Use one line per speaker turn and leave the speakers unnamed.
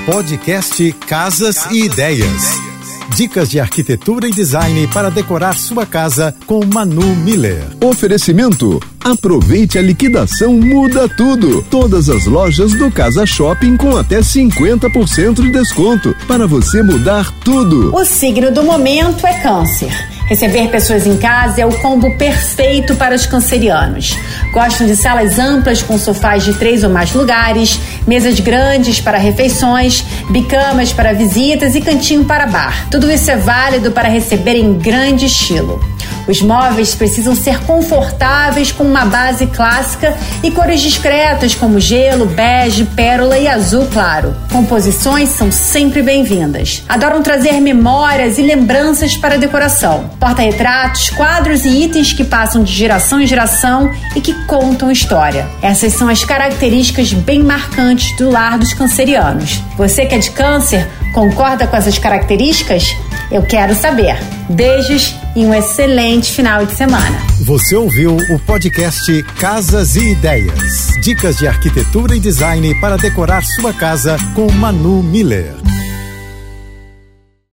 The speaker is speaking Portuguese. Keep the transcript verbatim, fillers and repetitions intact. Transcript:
Podcast Casas e Ideias. Dicas de arquitetura e design para decorar sua casa com Manu Miller.
Oferecimento: aproveite a liquidação Muda Tudo. Todas as lojas do Casa Shopping com até cinquenta por cento de desconto para você mudar tudo.
O signo do momento é Câncer. Receber pessoas em casa é o combo perfeito para os cancerianos. Gostam de salas amplas com sofás de três ou mais lugares, mesas grandes para refeições, bicamas para visitas e cantinho para bar. Tudo isso é válido para receber em grande estilo. Os móveis precisam ser confortáveis com uma base clássica e cores discretas como gelo, bege, pérola e azul claro. Composições são sempre bem-vindas. Adoram trazer memórias e lembranças para a decoração. Porta-retratos, quadros e itens que passam de geração em geração e que contam história. Essas são as características bem marcantes do lar dos cancerianos. Você que é de Câncer, concorda com essas características? Eu quero saber. Beijos e um excelente final de semana.
Você ouviu o podcast Casas e Ideias. Dicas de arquitetura e design para decorar sua casa com Manu Miller.